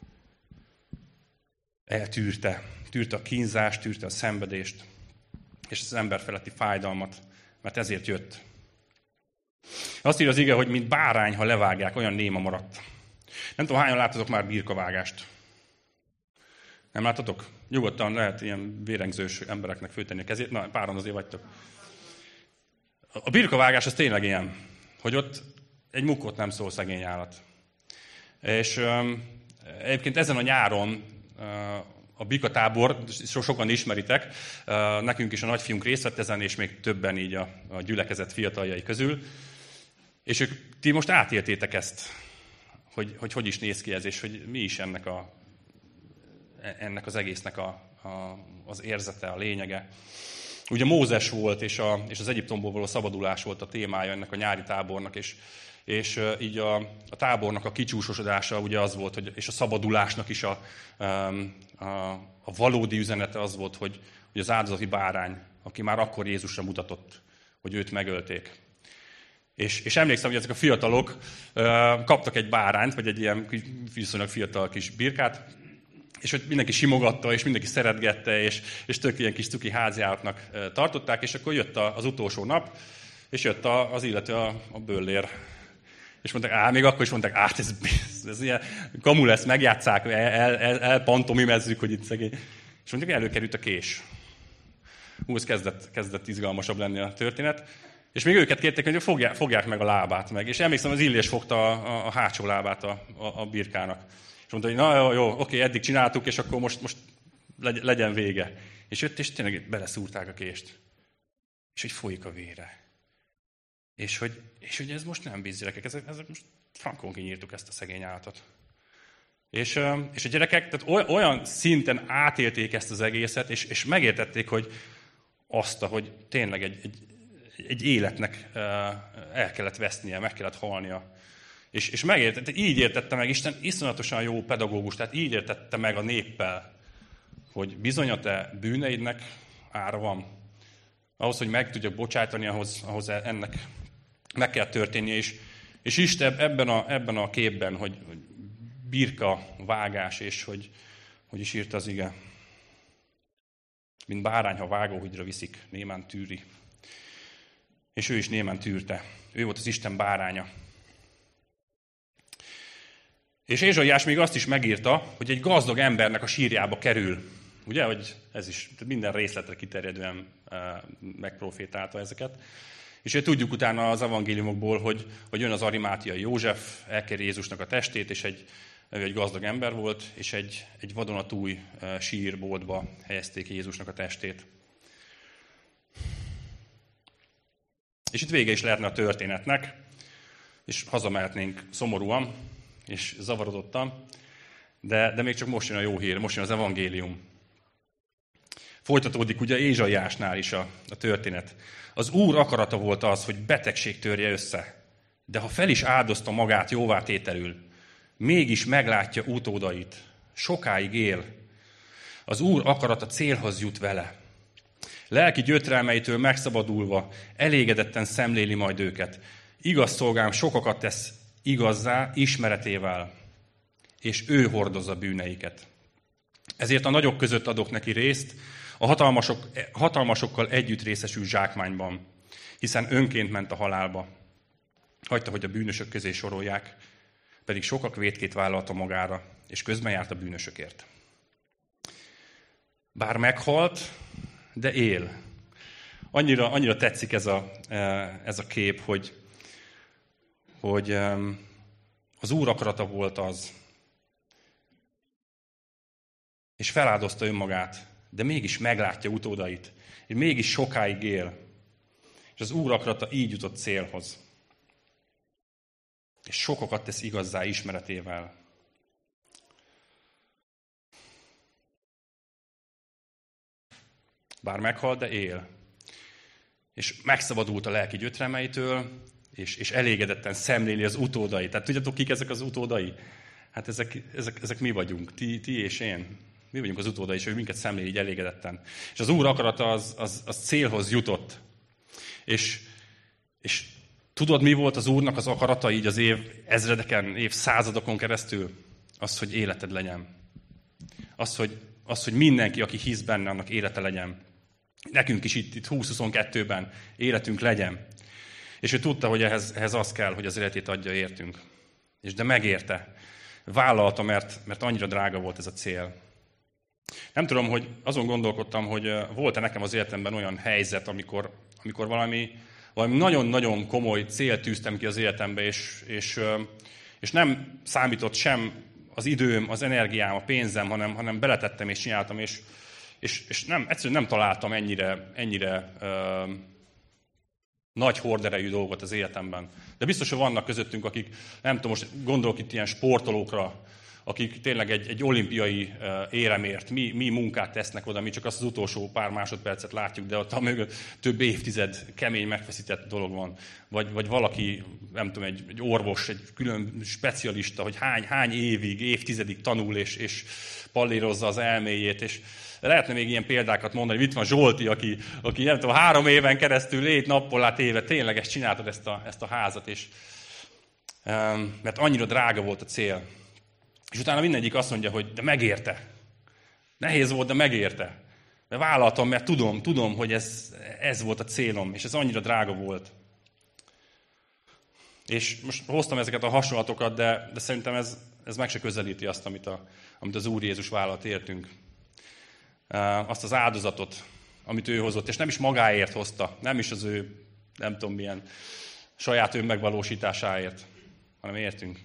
eltűrte. Tűrte a kínzást, tűrte a szenvedést, és az ember feletti fájdalmat, mert ezért jött. Azt írja az ige, hogy mint bárány, ha levágják, olyan néma maradt. Nem tudom, hányan láttatok már birkavágást? Nem láttatok? Nyugodtan lehet ilyen vérengzős embereknek föltenni a kezét. Na, páran azért vagytok. A birkavágás az tényleg ilyen, hogy ott egy mukkot nem szól szegény állat. És um, egyébként ezen a nyáron uh, a bikatábor, so, sokan ismeritek, uh, nekünk is a nagyfiunk részt vett ezen, és még többen így a, a gyülekezet fiataljai közül. És ők, ti most átéltétek ezt, hogy, hogy hogy is néz ki ez, és hogy mi is ennek, a, ennek az egésznek a, a, az érzete, a lényege. Ugye Mózes volt, és, a, és az Egyiptomból való szabadulás volt a témája ennek a nyári tábornak, és, és így a, a tábornak a kicsúsosodása ugye az volt, hogy, és a szabadulásnak is a, a, a valódi üzenete az volt, hogy, hogy az áldozati bárány, aki már akkor Jézusra mutatott, hogy őt megölték. És, és emlékszem, hogy ezek a fiatalok uh, kaptak egy bárányt, vagy egy ilyen viszonylag fiatal kis birkát, és hogy mindenki simogatta, és mindenki szeretgette, és, és tök ilyen kis cuki háziállatnak uh, tartották, és akkor jött a, az utolsó nap, és jött a, az illető a, a böllér. És mondták, á, még akkor is mondták, át, ez, ez, ez ilyen kamu lesz, megjátszák, el, el, elpantomimezzük, hogy itt szegény. És mondjuk előkerült a kés. Hú, ez kezdett, kezdett izgalmasabb lenni a történet. És még őket kérték, hogy fogják, fogják meg a lábát meg. És emlékszem, az Illés fogta a, a, a hátsó lábát a, a, a birkának. És mondta, hogy na jó, jó, oké, eddig csináltuk, és akkor most, most legyen vége. És jött, és tényleg beleszúrták a kést. És hogy folyik a vére. És hogy, és hogy ez most nem vízgyerekek, ez, ez most frankon kinyírtuk ezt a szegény állatot. És, és a gyerekek tehát olyan szinten átélték ezt az egészet, és, és megértették, hogy azt, hogy tényleg egy, egy egy életnek el kellett vesznie, meg kellett halnia. És, és megértette, így értette meg Isten iszonyatosan jó pedagógus, tehát így értette meg a néppel, hogy bizony a te bűneidnek ára van. Ahhoz, hogy meg tudjak bocsájtani, ahhoz, ahhoz ennek meg kell történnie. És, és Isten ebben a, ebben a képben, hogy, hogy birka vágás, és hogy, hogy is írta az ige. Mint bárány, ha vágóhídra viszik, némán tűri. És ő is némán tűrte. Ő volt az Isten báránya. És Ézsaiás még azt is megírta, hogy egy gazdag embernek a sírjába kerül. Ugye, hogy ez is minden részletre kiterjedően megprofétálta ezeket. És tudjuk utána az evangéliumokból, hogy, hogy jön az arimátiai József, elkéri Jézusnak a testét, és egy, egy gazdag ember volt, és egy, egy vadonatúj sírboltba helyezték Jézusnak a testét. És itt vége is lehetne a történetnek, és hazamehetnénk szomorúan, és zavarodottan, de, de még csak most jön a jó hír, most jön az evangélium. Folytatódik ugye Ézsaiásnál is a, a történet. Az Úr akarata volt az, hogy betegség törje össze, de ha fel is áldozta magát jóvátételül, mégis meglátja utódait, sokáig él. Az Úr akarata célhoz jut vele. Lelki gyötrelmeitől megszabadulva, elégedetten szemléli majd őket. Igaz szolgám sokakat tesz igazzá ismeretével, és ő hordozza bűneiket. Ezért a nagyok között adok neki részt, a hatalmasok, hatalmasokkal együtt részesül zsákmányban, hiszen önként ment a halálba. Hagyta, hogy a bűnösök közé sorolják, pedig sokak vétkét vállalta magára, és közben járt a bűnösökért. Bár meghalt, de él. Annyira, annyira tetszik ez a, ez a kép, hogy, hogy az Úr akarata volt az, és feláldozta önmagát, de mégis meglátja utódait, és mégis sokáig él. És az Úr akarata így jutott célhoz. És sokakat tesz igazzá ismeretével. Bár meghalt, de él. És megszabadult a lelki gyötrelmeitől, és, és elégedetten szemléli az utódait. Tehát tudjátok, kik ezek az utódai? Hát ezek, ezek, ezek mi vagyunk, ti, ti és én. Mi vagyunk az utódai, és ő minket szemlél így elégedetten. És az Úr akarata az, az, az célhoz jutott. És, és tudod, mi volt az Úrnak az akarata így az év ezredeken, év századokon keresztül? Az, hogy életed legyen. Az, hogy, az, hogy mindenki, aki hisz benne, annak élete legyen. Nekünk is itt, itt húsz-huszonkettőben életünk legyen. És ő tudta, hogy ehhez, ehhez az kell, hogy az életét adja értünk. És de megérte. Vállalta, mert, mert annyira drága volt ez a cél. Nem tudom, hogy azon gondolkodtam, hogy volt-e nekem az életemben olyan helyzet, amikor, amikor valami, valami nagyon-nagyon komoly célt tűztem ki az életembe, és, és, és nem számított sem az időm, az energiám, a pénzem, hanem, hanem beletettem és csináltam, és, és, és nem, egyszerűen nem találtam ennyire, ennyire uh, nagy horderejű dolgot az életemben. De biztos, hogy vannak közöttünk, akik, nem tudom, most gondolok itt ilyen sportolókra, akik tényleg egy, egy olimpiai éremért, mi, mi munkát tesznek oda, mi csak azt az utolsó pár másodpercet látjuk, de ott a mögött több évtized kemény, megfeszített dolog van. Vagy, vagy valaki, nem tudom, egy, egy orvos, egy külön specialista, hogy hány, hány évig, évtizedig tanul, és, és pallírozza az elméjét, és lehetne még ilyen példákat mondani. Itt van Zsolti, aki, aki nem tudom, három éven keresztül lét nappal át éve tényleg ezt csináltad, ezt a, ezt a házat, és, mert annyira drága volt a cél. És utána mindegyik azt mondja, hogy de megérte. Nehéz volt, de megérte. De vállaltam, mert tudom, tudom, hogy ez, ez volt a célom, és ez annyira drága volt. És most hoztam ezeket a hasonlatokat, de, de szerintem ez, ez meg se közelíti azt, amit, a, amit az Úr Jézus vállalt értünk. Azt az áldozatot, amit ő hozott, és nem is magáért hozta, nem is az ő, nem tudom milyen, saját önmegvalósításáért, hanem értünk.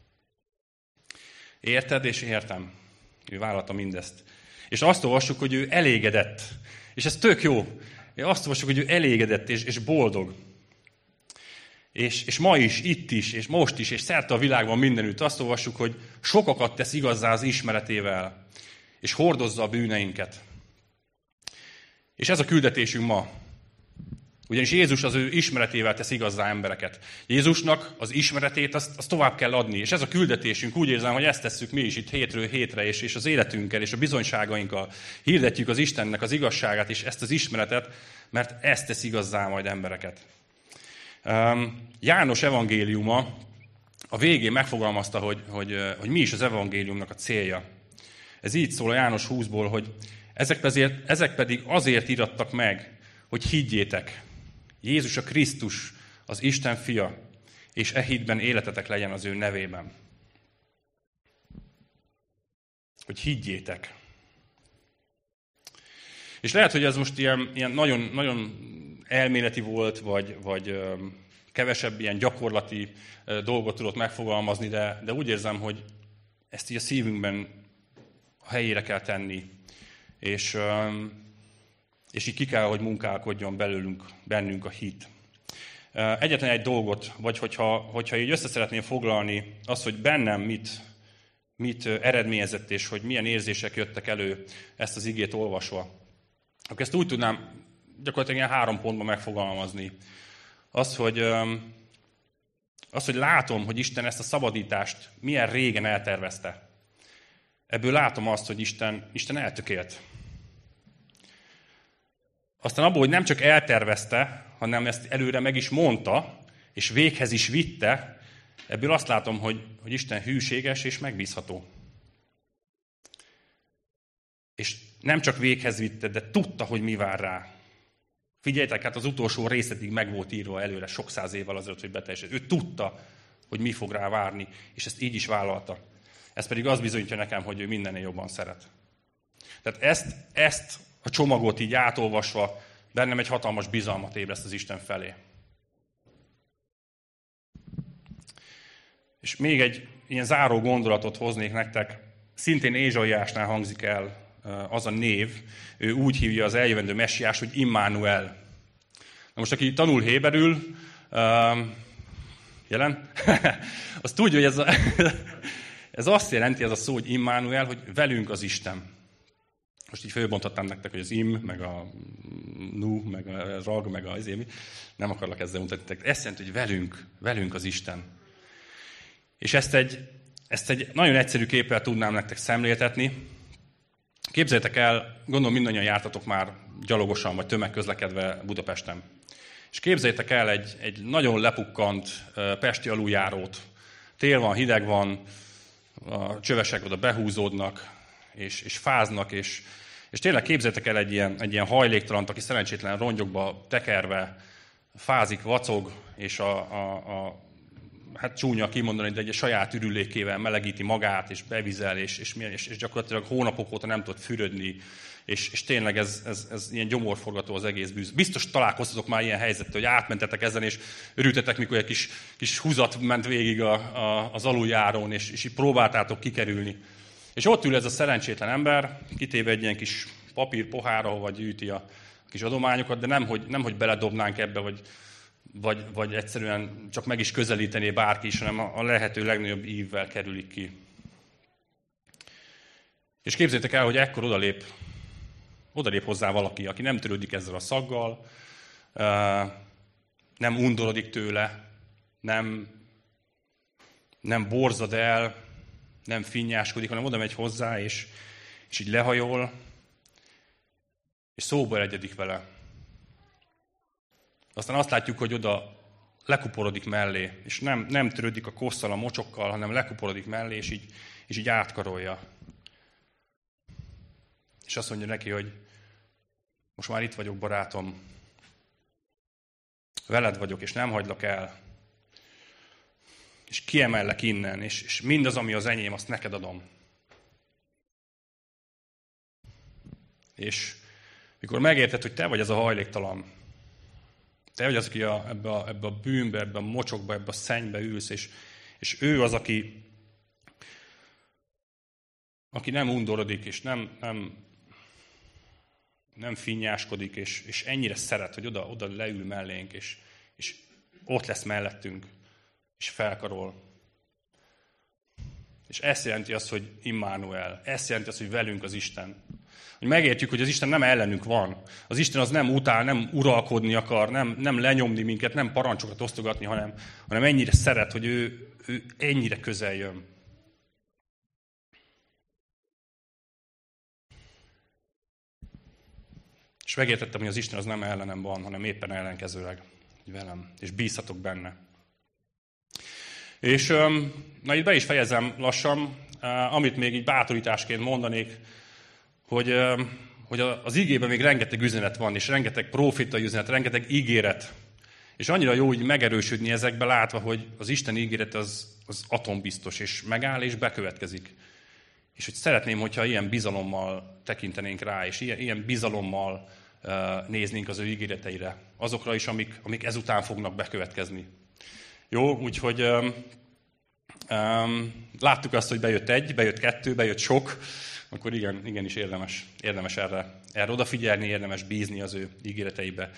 Érted, és értem. Ő vállalta mindezt. És azt olvassuk, hogy ő elégedett. És ez tök jó. Azt olvassuk, hogy ő elégedett és, és boldog. És, és ma is, itt is, és most is, és szerte a világban mindenütt azt olvassuk, hogy sokakat tesz igazzá az ismeretével, és hordozza a bűneinket. És ez a küldetésünk ma. Ugyanis Jézus az ő ismeretével tesz igazzá embereket. Jézusnak az ismeretét azt, azt tovább kell adni. És ez a küldetésünk, úgy érzem, hogy ezt tesszük mi is itt hétről hétre, és, és az életünkkel, és a bizonyságainkkal hirdetjük az Istennek az igazságát, és ezt az ismeretet, mert ezt tesz igazzá majd embereket. János evangéliuma a végén megfogalmazta, hogy, hogy, hogy mi is az evangéliumnak a célja. Ez így szól a János húszból, hogy ezek, azért, ezek pedig azért irattak meg, hogy higgyétek. Jézus a Krisztus, az Isten fia, és e hitben életetek legyen az ő nevében. hogy higgyétek. És lehet, hogy ez most ilyen, ilyen nagyon, nagyon elméleti volt, vagy, vagy kevesebb ilyen gyakorlati dolgot tudott megfogalmazni, de, de úgy érzem, hogy ezt így a szívünkben a helyére kell tenni, és, és így ki kell, hogy munkálkodjon belőlünk, bennünk a hit. Egyetlen egy dolgot, vagy hogyha, hogyha így össze szeretném foglalni azt, hogy bennem mit, mit eredményezett, és hogy milyen érzések jöttek elő ezt az igét olvasva, akkor ezt úgy tudnám gyakorlatilag ilyen három pontban megfogalmazni. Az, hogy, az, hogy látom, hogy Isten ezt a szabadítást milyen régen eltervezte. Ebből látom azt, hogy Isten, Isten eltökélt. Aztán abból, hogy nem csak eltervezte, hanem ezt előre meg is mondta, és véghez is vitte, ebből azt látom, hogy, hogy Isten hűséges és megbízható. És nem csak véghez vitte, de tudta, hogy mi vár rá. Figyeljetek, hát az utolsó részletig meg volt írva előre, sok száz évvel azelőtt, hogy beteljesült. Ő tudta, hogy mi fog rá várni, és ezt így is vállalta. Ez pedig az bizonyítja nekem, hogy ő mindennél jobban szeret. Tehát ezt, ezt a csomagot így átolvasva bennem egy hatalmas bizalmat ébreszt az Isten felé. És még egy ilyen záró gondolatot hoznék nektek. Szintén Ézsaiásnál hangzik el az a név, ő úgy hívja az eljövendő messiás, hogy Immanuel. Na most, aki tanul héberül, jelen, az tudja, hogy ez, a, ez azt jelenti, ez a szó, hogy Immanuel, hogy velünk az Isten. Most így fölbontottam nektek, hogy az im, meg a nu, meg a rag, meg az émi. Nem akarlak ezzel mutatni. Ezt jelenti, hogy velünk, velünk az Isten. És ezt egy, ezt egy nagyon egyszerű képpel tudnám nektek szemléltetni. Képzeljétek el, gondolom mindannyian jártatok már gyalogosan, vagy tömegközlekedve Budapesten. És képzeljétek el egy, egy nagyon lepukkant pesti aluljárót. Tél van, hideg van, a csövesek oda behúzódnak, és, és fáznak, és, és tényleg képzeljétek el egy ilyen, egy ilyen hajléktalant, aki szerencsétlen rongyokba tekerve fázik, vacog, és a, a, a hát csúnya kimondani, de egy saját ürülékével melegíti magát, és bevizel, és, és, és, és gyakorlatilag hónapok óta nem tud fürödni, és, és tényleg ez, ez, ez ilyen gyomorforgató az egész bűz. Biztos találkoztatok már ilyen helyzettel, hogy átmentetek ezen, és örültetek, mikor egy kis, kis húzat ment végig a, a, az aluljárón, és, és így próbáltátok kikerülni. És ott ül ez a szerencsétlen ember, kitéve egy ilyen kis papír pohárra, ahova gyűjti a kis adományokat, de nem, hogy, nem, hogy beledobnánk ebbe, vagy Vagy, vagy egyszerűen csak meg is közelítené bárki is, hanem a lehető legnagyobb ívvel kerülik ki. És képzeljétek el, hogy ekkor odalép, odalép hozzá valaki, aki nem törődik ezzel a szaggal, nem undorodik tőle, nem, nem borzad el, nem finnyáskodik, hanem oda megy hozzá, és, és így lehajol, és szóba egyedik vele. Aztán azt látjuk, hogy oda lekuporodik mellé, és nem, nem törődik a kosszal, a mocsokkal, hanem lekuporodik mellé, és így, és így átkarolja. És azt mondja neki, hogy most már itt vagyok, barátom, veled vagyok, és nem hagylak el, és kiemellek innen, és, és mindaz, ami az enyém, azt neked adom. És mikor megérted, hogy te vagy ez a hajléktalan, te vagy az, aki a, ebbe, a, ebbe a bűnbe, ebbe a mocsokba, ebbe a szennybe ülsz, és, és ő az, aki, aki nem undorodik, és nem, nem, nem finnyáskodik, és, és ennyire szeret, hogy oda, oda leül mellénk, és, és ott lesz mellettünk, és felkarol. És ezt jelenti azt, hogy Immanuel, ezt jelenti azt, hogy velünk az Isten. Hogy megértjük, hogy az Isten nem ellenünk van. Az Isten az nem utál, nem uralkodni akar, nem, nem lenyomni minket, nem parancsokat osztogatni, hanem, hanem ennyire szeret, hogy ő, ő ennyire közel jön. És megértettem, hogy az Isten az nem ellenem van, hanem éppen ellenkezőleg velem. És bízhatok benne. És na itt be is fejezem lassan, amit még így bátorításként mondanék, hogy, hogy az igében még rengeteg üzenet van, és rengeteg profétai üzenet, rengeteg ígéret. És annyira jó úgy megerősödni ezekbe, látva, hogy az Isten ígéret az, az atombiztos, és megáll, és bekövetkezik. És hogy szeretném, hogyha ilyen bizalommal tekintenénk rá, és ilyen, ilyen bizalommal uh, néznénk az ő ígéreteire. Azokra is, amik, amik ezután fognak bekövetkezni. Jó, úgyhogy um, um, láttuk azt, hogy bejött egy, bejött kettő, bejött sok, akkor igen, igenis érdemes, érdemes erre, erre odafigyelni, érdemes bízni az ő ígéreteibe.